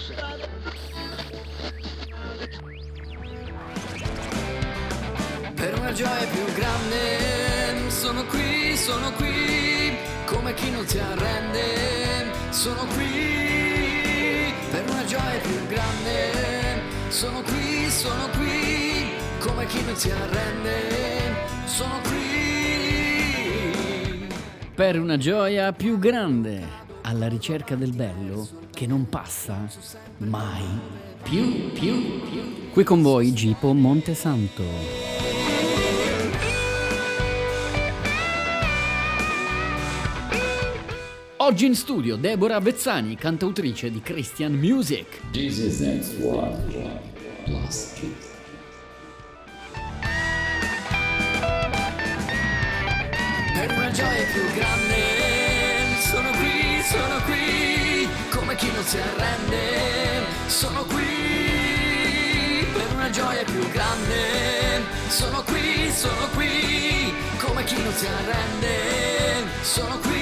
Per una gioia più grande, sono qui, come chi non si arrende, sono qui. Per una gioia più grande, sono qui, come chi non si arrende, sono qui. Per una gioia più grande, alla ricerca del bello che non passa mai più. Qui con voi Gipo Montesanto. Oggi in studio Deborah Vezzani, cantautrice di Christian Music. This is next one plus kids. Per una gioia più grande, sono qui, come chi non si arrende, sono qui. Per una gioia più grande, sono qui, come chi non si arrende, sono qui.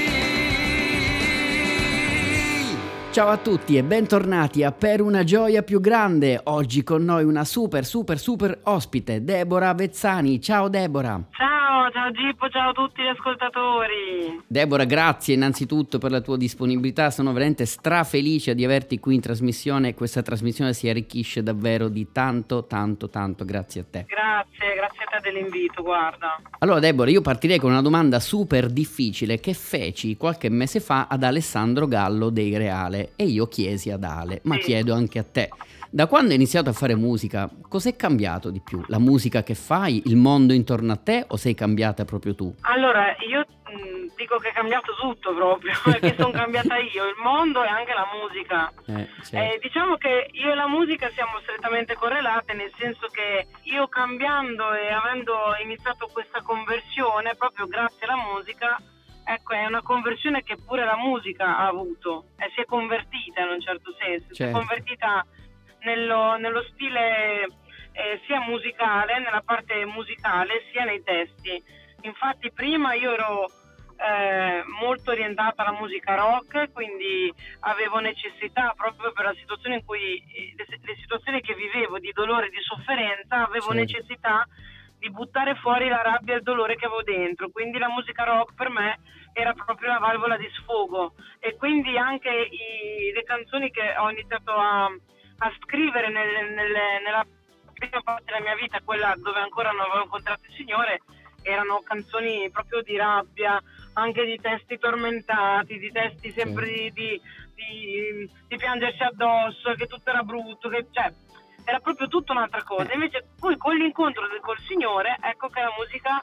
Ciao a tutti e bentornati a Per una gioia più grande. Oggi con noi una super ospite, Deborah Vezzani. Ciao Deborah. Ciao Gippo, ciao a tutti gli ascoltatori. Deborah, grazie innanzitutto per la tua disponibilità. Sono veramente strafelice di averti qui in trasmissione. Questa trasmissione si arricchisce davvero di tanto. Grazie a te. Grazie a te dell'invito, guarda. Allora Deborah, io partirei con una domanda super difficile che feci qualche mese fa ad Alessandro Gallo dei Reale e io chiesi ad Ale, ma chiedo anche a te. Da quando hai iniziato a fare musica, cos'è cambiato di più? La musica che fai, il mondo intorno a te o sei cambiata proprio tu? Allora, io dico che è cambiato tutto proprio, perché sono cambiata io, il mondo e anche la musica. Certo. Diciamo che io e la musica siamo strettamente correlate, nel senso che io cambiando e avendo iniziato questa conversione, proprio grazie alla musica, ecco, è una conversione che pure la musica ha avuto, si è convertita in un certo senso, si è Certo. convertita nello stile sia musicale, nella parte musicale, sia nei testi. Infatti prima io ero molto orientata alla musica rock, quindi avevo necessità, proprio per la situazione in cui le situazioni che vivevo di dolore e di sofferenza, avevo Certo. necessità di buttare fuori la rabbia e il dolore che avevo dentro, quindi la musica rock per me era proprio la valvola di sfogo, e quindi anche le canzoni che ho iniziato a scrivere nella prima parte della mia vita, quella dove ancora non avevo incontrato il Signore, erano canzoni proprio di rabbia, anche di testi tormentati, di testi sempre di piangersi addosso, che tutto era brutto, cioè era proprio tutta un'altra cosa. Invece poi con l'incontro col Signore, ecco che la musica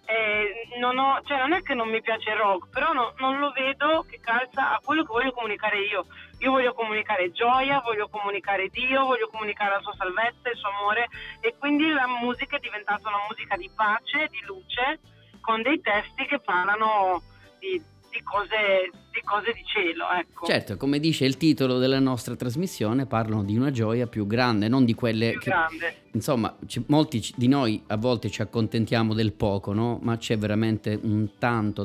non è che non mi piace il rock, però non lo vedo che calza a quello che voglio comunicare io. Io voglio comunicare gioia, voglio comunicare Dio, voglio comunicare la sua salvezza, il suo amore, e quindi la musica è diventata una musica di pace, di luce, con dei testi che parlano di cose di cielo, ecco. Certo, come dice il titolo della nostra trasmissione, parlano di una gioia più grande, non di quelle Più che... grande. Insomma, molti di noi a volte ci accontentiamo del poco, no? Ma c'è veramente un tanto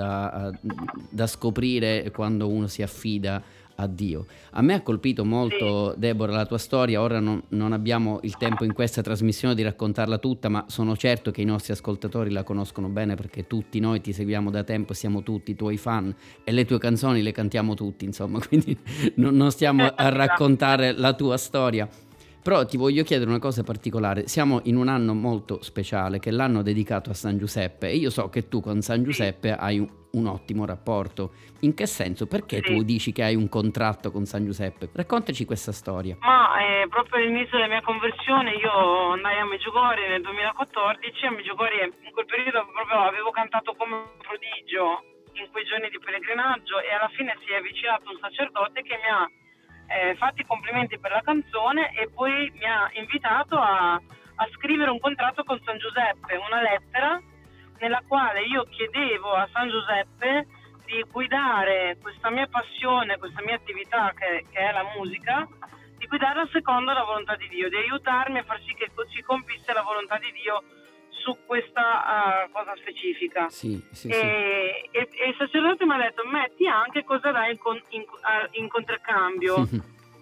da scoprire quando uno si affida a Dio. A me ha colpito molto, sì, Deborah, la tua storia. Ora non abbiamo il tempo in questa trasmissione di raccontarla tutta, ma sono certo che i nostri ascoltatori la conoscono bene, perché tutti noi ti seguiamo da tempo, siamo tutti tuoi fan e le tue canzoni le cantiamo tutti, insomma, quindi non stiamo a raccontare la tua storia. Però ti voglio chiedere una cosa particolare. Siamo in un anno molto speciale, che è l'anno dedicato a San Giuseppe, e io so che tu con San Giuseppe hai un ottimo rapporto. In che senso? Perché tu dici che hai un contratto con San Giuseppe? Raccontaci questa storia. Ma proprio all'inizio della mia conversione io andai a Medjugorje nel 2014. A Medjugorje in quel periodo proprio avevo cantato come un prodigio in quei giorni di pellegrinaggio, e alla fine si è avvicinato un sacerdote che mi ha fatto i complimenti per la canzone e poi mi ha invitato a scrivere un contratto con San Giuseppe, una lettera nella quale io chiedevo a San Giuseppe di guidare questa mia passione, questa mia attività che è la musica, di guidarla secondo la volontà di Dio, di aiutarmi a far sì che si compisse la volontà di Dio su questa cosa specifica. Sì. E il sacerdote mi ha detto: metti anche cosa dai in contraccambio.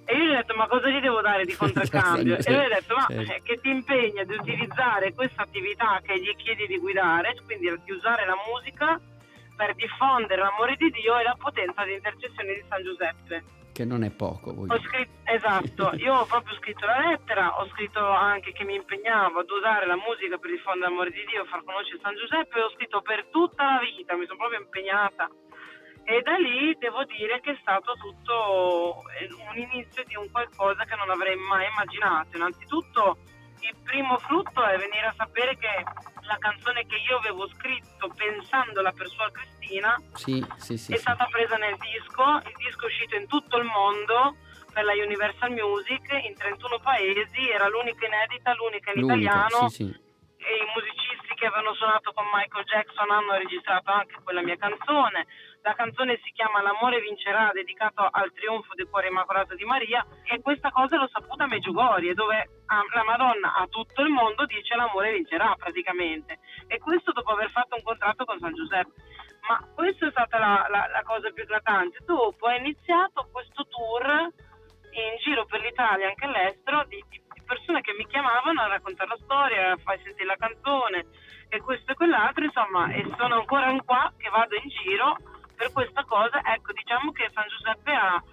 E io gli ho detto, ma cosa gli devo dare di contraccambio? E lui ha detto, ma certo. che ti impegna di utilizzare questa attività che gli chiedi di guidare, quindi di usare la musica per diffondere l'amore di Dio e la potenza di intercessione di San Giuseppe. Che non è poco. Esatto, io ho proprio scritto la lettera, ho scritto anche che mi impegnavo ad usare la musica per diffondere l'amore di Dio, far conoscere San Giuseppe, e ho scritto per tutta la vita, mi sono proprio impegnata. E da lì devo dire che è stato tutto un inizio di un qualcosa che non avrei mai immaginato. Innanzitutto il primo frutto è venire a sapere che la canzone che io avevo scritto pensandola per Suor Cristina è stata presa nel disco. Il disco è uscito in tutto il mondo per la Universal Music in 31 paesi, era l'unica inedita, l'unica in italiano. E i musicisti che avevano suonato con Michael Jackson hanno registrato anche quella mia canzone. La canzone si chiama L'amore vincerà, dedicato al trionfo del cuore immacolato di Maria, e questa cosa l'ho saputa a Medjugorje, dove la Madonna a tutto il mondo dice l'amore vincerà praticamente, e questo dopo aver fatto un contratto con San Giuseppe. Ma questa è stata la cosa più eclatante. Dopo è iniziato questo tour in giro per l'Italia, anche all'estero, di persone che mi chiamavano a raccontare la storia, a far sentire la canzone e questo e quell'altro, insomma, e sono ancora qua che vado in giro per questa cosa. Ecco, diciamo che San Giuseppe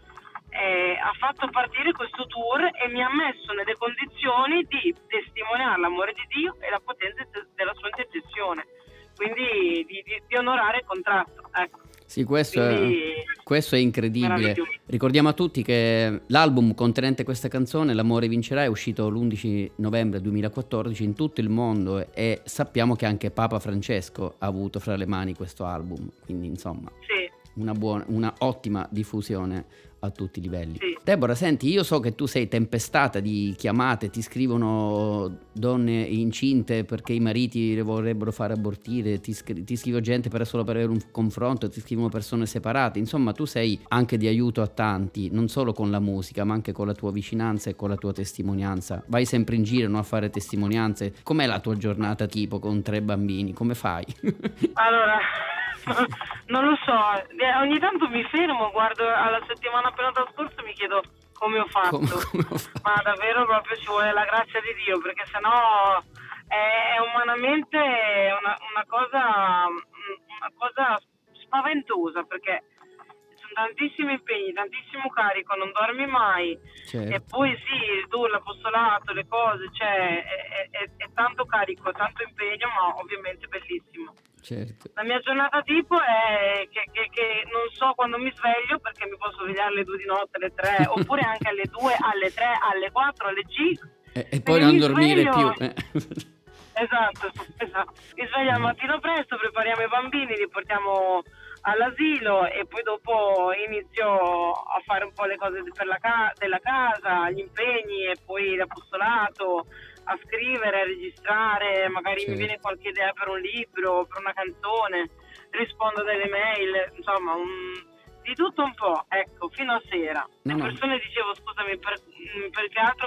ha fatto partire questo tour e mi ha messo nelle condizioni di testimoniare l'amore di Dio e la potenza della sua intercessione, quindi di onorare il contratto, ecco. Sì, questo è incredibile. Ricordiamo a tutti che l'album contenente questa canzone, L'amore vincerà, è uscito l'11 novembre 2014 in tutto il mondo, e sappiamo che anche Papa Francesco ha avuto fra le mani questo album, quindi insomma una ottima diffusione a tutti i livelli. Sì. Deborah, senti, io so che tu sei tempestata di chiamate, ti scrivono donne incinte perché i mariti le vorrebbero fare abortire, ti scrive gente solo per avere un confronto, ti scrivono persone separate, insomma tu sei anche di aiuto a tanti, non solo con la musica ma anche con la tua vicinanza e con la tua testimonianza. Vai sempre in giro, no, a fare testimonianze. Com'è la tua giornata tipo con 3 bambini? Come fai? Allora, non lo so, ogni tanto mi fermo, guardo alla settimana appena trascorsa e mi chiedo come ho fatto. Ma davvero proprio ci vuole la grazia di Dio, perché sennò è umanamente una cosa spaventosa, perché sono tantissimi impegni, tantissimo carico, non dormi mai. Certo. E poi sì, tu l'apostolato, le cose, cioè è tanto carico, tanto impegno, ma ovviamente bellissimo. Certo. La mia giornata tipo è che non so quando mi sveglio, perché mi posso svegliare alle 2 di notte, alle 3, oppure anche alle 2, alle 3, alle 4, alle 5. E poi non dormire più. Esatto. Mi sveglio al mattino presto, prepariamo i bambini, li portiamo all'asilo e poi dopo inizio a fare un po' le cose per della casa, gli impegni e poi l'apostolato, a scrivere, a registrare, magari mi viene qualche idea per un libro, per una canzone, rispondo delle mail, insomma di tutto un po', ecco, fino a sera. Le persone, dicevo, scusami, perché altro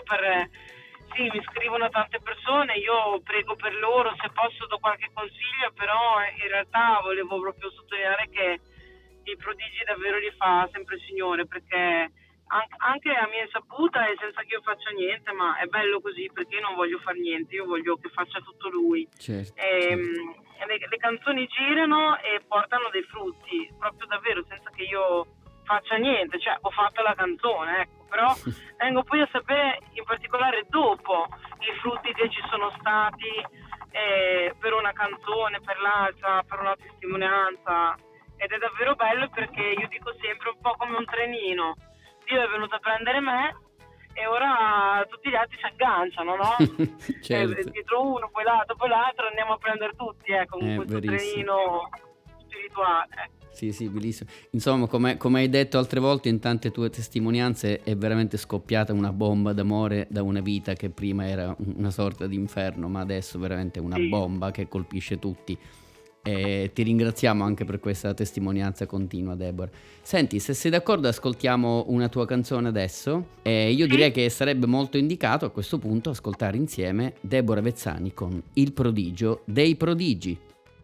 sì, mi scrivono tante persone, io prego per loro, se posso do qualche consiglio, però in realtà volevo proprio sottolineare che i prodigi davvero li fa sempre il Signore, perché anche a mia insaputa e senza che io faccia niente, ma è bello così, perché io non voglio fare niente, io voglio che faccia tutto Lui. Certo. Le canzoni girano e portano dei frutti, proprio davvero, senza che io faccia niente, cioè ho fatto la canzone, ecco, però vengo poi a sapere in particolare dopo i frutti che ci sono stati per una canzone, per l'altra, per una testimonianza, ed è davvero bello, perché io dico sempre un po' come un trenino, Dio è venuto a prendere me e ora tutti gli altri si agganciano, no? Certo. Dietro uno, poi l'altro, andiamo a prendere tutti, con questo trenino spirituale. Sì, bellissimo. Insomma, come hai detto altre volte in tante tue testimonianze, è veramente scoppiata una bomba d'amore da una vita che prima era una sorta di inferno, ma adesso veramente una bomba che colpisce tutti. E ti ringraziamo anche per questa testimonianza continua, Deborah. Senti, se sei d'accordo ascoltiamo una tua canzone adesso, e io direi che sarebbe molto indicato a questo punto ascoltare insieme Deborah Vezzani con Il prodigio dei prodigi.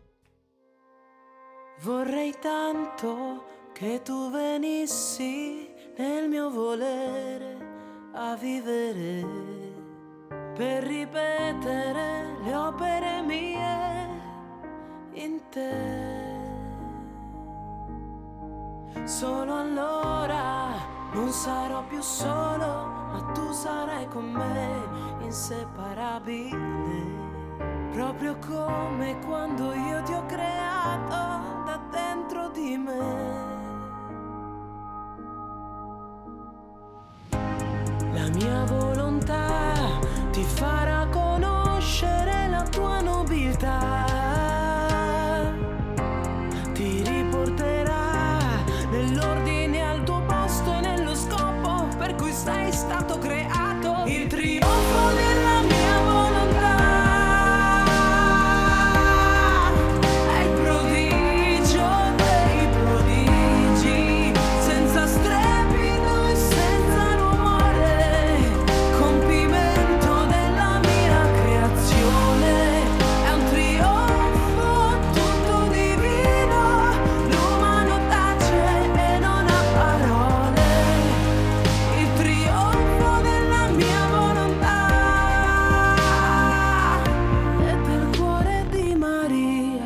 Vorrei tanto che tu venissi nel mio volere, a vivere per ripetere le opere mie in te. Solo allora non sarò più solo, ma tu sarai con me, inseparabile. Proprio come quando io ti ho creato da dentro di me. La mia volontà ti farà conoscere la tua nobiltà, ti riporterà nell'ordine al tuo posto e nello scopo per cui sei stato creato. Il trionfo della mia volontà è il prodigio dei prodigi, senza strepito e senza rumore, compimento della mia creazione. È un trionfo tutto divino, l'umano tace e non ha parole. Il trionfo della mia volontà e del cuore di Maria.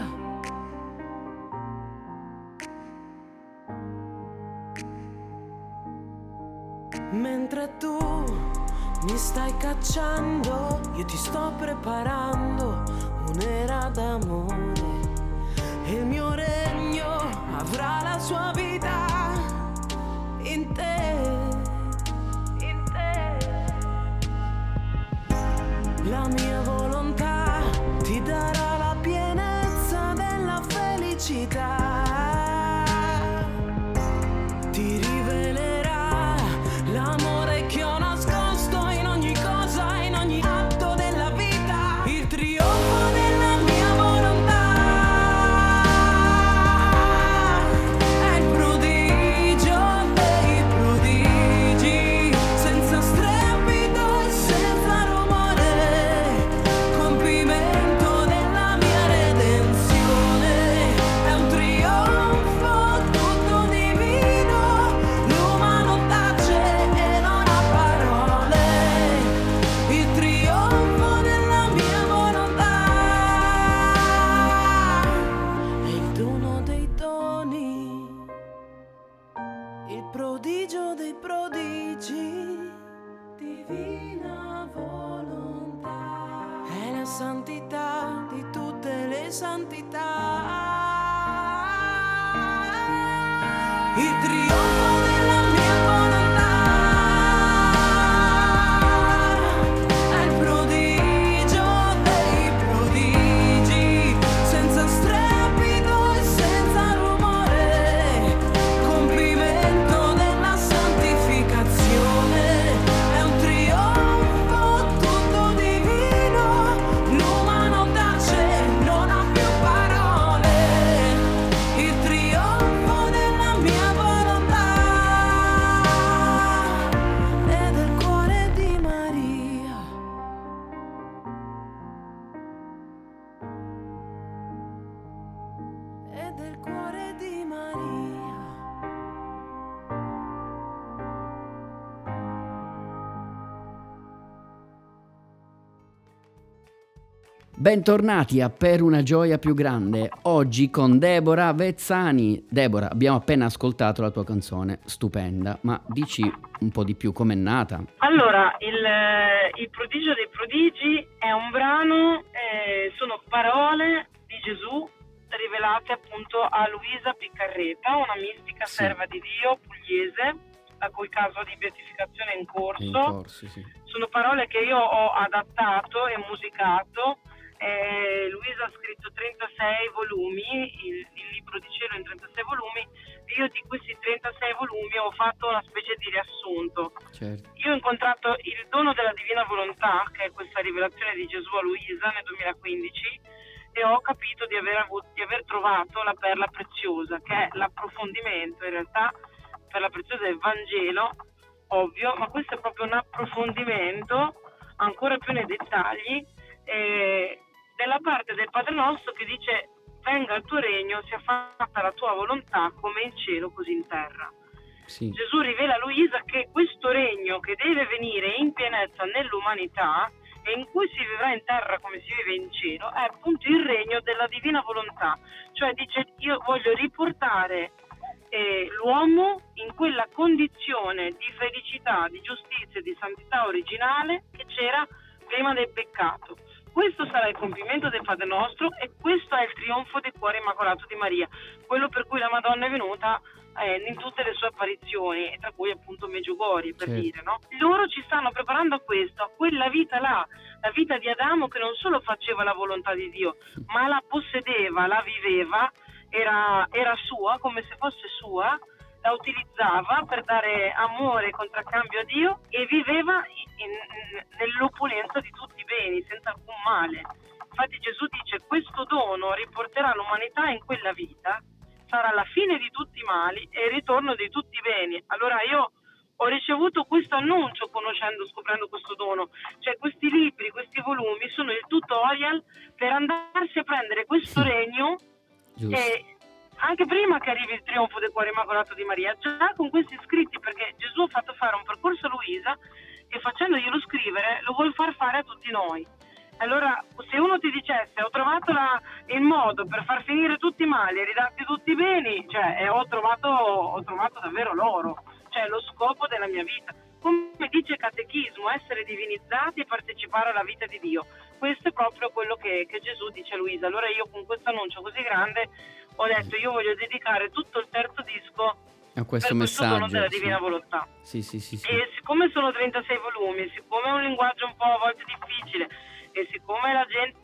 Mentre tu mi stai cacciando, io ti sto preparando un'era d'amore. E il mio regno avrà la sua vita in te, in te. La mia volontà ti darà la pienezza della felicità, ti rivelerà l'amore che ho nascosto in ogni cosa, in ogni atto della vita. Il trionfo della mia volontà è il prodigio dei prodigi, senza strepito e senza rumore, compimento della mia redenzione. È un trionfo tutto divino, l'umano tace e non ha parole. Il trionfo della mia volontà è il dono dei doni, il prodigio dei prodigi, divina volontà. È la santità di tutte le santità. Il trionfo della mia volontà è il prodigio dei prodigi, senza strepito e senza rumore, compimento della santificazione. È un trionfo tutto divino, l'umano tace, non ha più parole. Il trionfo della mia volontà e del cuore di Maria. E del cuore di Maria. Bentornati a Per una gioia più grande, oggi con Deborah Vezzani. Deborah, abbiamo appena ascoltato la tua canzone, stupenda, ma dici un po' di più, com'è nata? Allora, il prodigio dei prodigi è un brano, sono parole di Gesù rivelate appunto a Luisa Piccarreta, una mistica Sì. serva di Dio pugliese, la cui caso di beatificazione è in È in corso. corso, sì. Sono parole che io ho adattato e musicato. Luisa ha scritto 36 volumi, il libro di cielo in 36 volumi, e io di questi 36 volumi ho fatto una specie di riassunto. Certo. Io ho incontrato il dono della divina volontà, che è questa rivelazione di Gesù a Luisa nel 2015, e ho capito di aver trovato la perla preziosa, che è l'approfondimento in realtà, perla preziosa del Vangelo, ovvio, ma questo è proprio un approfondimento ancora più nei dettagli della parte del Padre Nostro che dice: venga il tuo regno, sia fatta la tua volontà come in cielo così in terra. Sì. Gesù rivela a Luisa che questo regno regno che deve venire in pienezza nell'umanità e in cui si vivrà in terra come si vive in cielo, è appunto il regno della divina volontà. Cioè dice: io voglio riportare l'uomo in quella condizione di felicità, di giustizia e di santità originale che c'era prima del peccato. Questo sarà il compimento del Padre nostro e questo è il trionfo del cuore immacolato di Maria, quello per cui la Madonna è venuta in tutte le sue apparizioni, e tra cui appunto Meggiugorje, per dire, no? Loro ci stanno preparando a questo, a quella vita là, la vita di Adamo che non solo faceva la volontà di Dio, ma la possedeva, la viveva, era sua, come se fosse sua, la utilizzava per dare amore e contraccambio a Dio e viveva nell'opulenza di tutti i beni, senza alcun male. Infatti Gesù dice: questo dono riporterà l'umanità in quella vita, sarà la fine di tutti i mali e il ritorno di tutti i beni. Allora io ho ricevuto questo annuncio scoprendo questo dono, cioè questi libri, questi volumi sono il tutorial per andarsi a prendere questo regno. E anche prima che arrivi il trionfo del cuore immacolato di Maria, già con questi scritti, perché Gesù ha fatto fare un percorso a Luisa e facendoglielo scrivere lo vuol far fare a tutti noi. Allora, se uno ti dicesse: ho trovato il modo per far finire tutti i mali e ridarti tutti i beni, cioè ho trovato davvero l'oro, cioè lo scopo della mia vita. Come dice il Catechismo, essere divinizzati e partecipare alla vita di Dio. Questo è proprio quello che Gesù dice a Luisa. Allora io con questo annuncio così grande ho detto: io voglio dedicare tutto il terzo disco a questo per messaggio, dono della divina volontà. Sì. E siccome sono 36 volumi, siccome è un linguaggio un po' a volte difficile e siccome la gente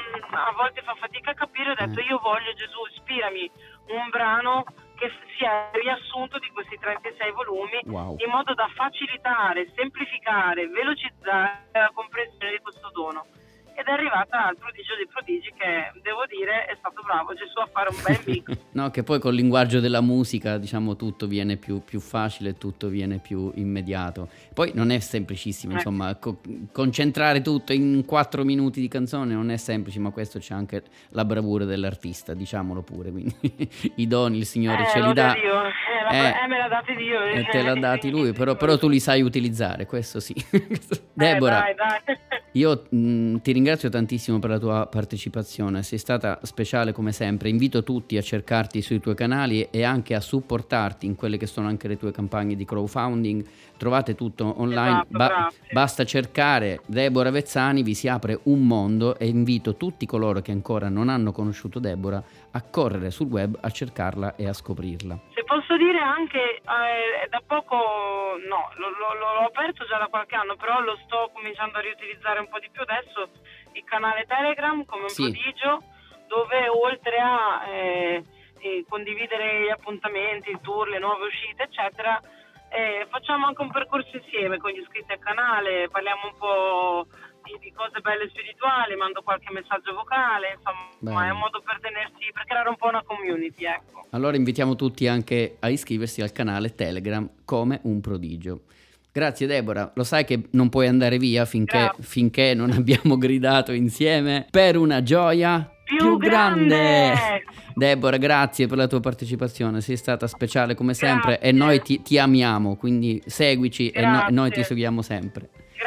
a volte fa fatica a capire, ho detto: io voglio, Gesù, ispirami un brano che sia riassunto di questi 36 volumi, in modo da facilitare, semplificare, velocizzare la comprensione di questo dono. Ed è arrivata al prodigio dei prodigi, che devo dire è stato bravo Gesù a fare un bel mix. No, che poi col linguaggio della musica, diciamo, tutto viene più facile, tutto viene più immediato. Poi non è semplicissimo, insomma, concentrare tutto in 4 minuti di canzone non è semplice, ma questo c'è anche la bravura dell'artista, diciamolo pure. Quindi i doni il Signore ce li dà. Dio. Me l'ha dati Dio. E te l'ha dati Lui, però tu li sai utilizzare, questo sì. Deborah, dai. Io ti ringrazio tantissimo per la tua partecipazione, sei stata speciale come sempre. Invito tutti a cercarti sui tuoi canali e anche a supportarti in quelle che sono anche le tue campagne di crowdfunding. Trovate tutto online, basta cercare Deborah Vezzani, vi si apre un mondo, e invito tutti coloro che ancora non hanno conosciuto Deborah a correre sul web a cercarla e a scoprirla. Se posso dire anche, da poco, no, l'ho aperto già da qualche anno, però lo sto cominciando a riutilizzare un po' di più adesso, il canale Telegram come un prodigio, dove oltre a condividere gli appuntamenti, il tour, le nuove uscite, eccetera, facciamo anche un percorso insieme con gli iscritti al canale, parliamo un po' di cose belle spirituali, mando qualche messaggio vocale, insomma. È un modo per creare un po' una community, ecco. Allora invitiamo tutti anche a iscriversi al canale Telegram come un prodigio. Grazie Deborah, lo sai che non puoi andare via finché non abbiamo gridato insieme per una gioia più grande. Deborah, grazie per la tua partecipazione, sei stata speciale come sempre. E noi ti amiamo, quindi seguici. E noi ti seguiamo sempre.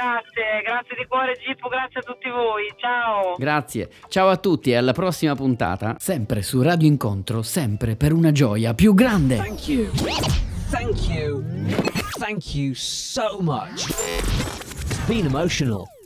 Grazie di cuore Gippo, grazie a tutti voi, ciao. Grazie, ciao a tutti e alla prossima puntata, sempre su Radio Incontro, sempre per una gioia più grande. Thank you so much. It's been emotional.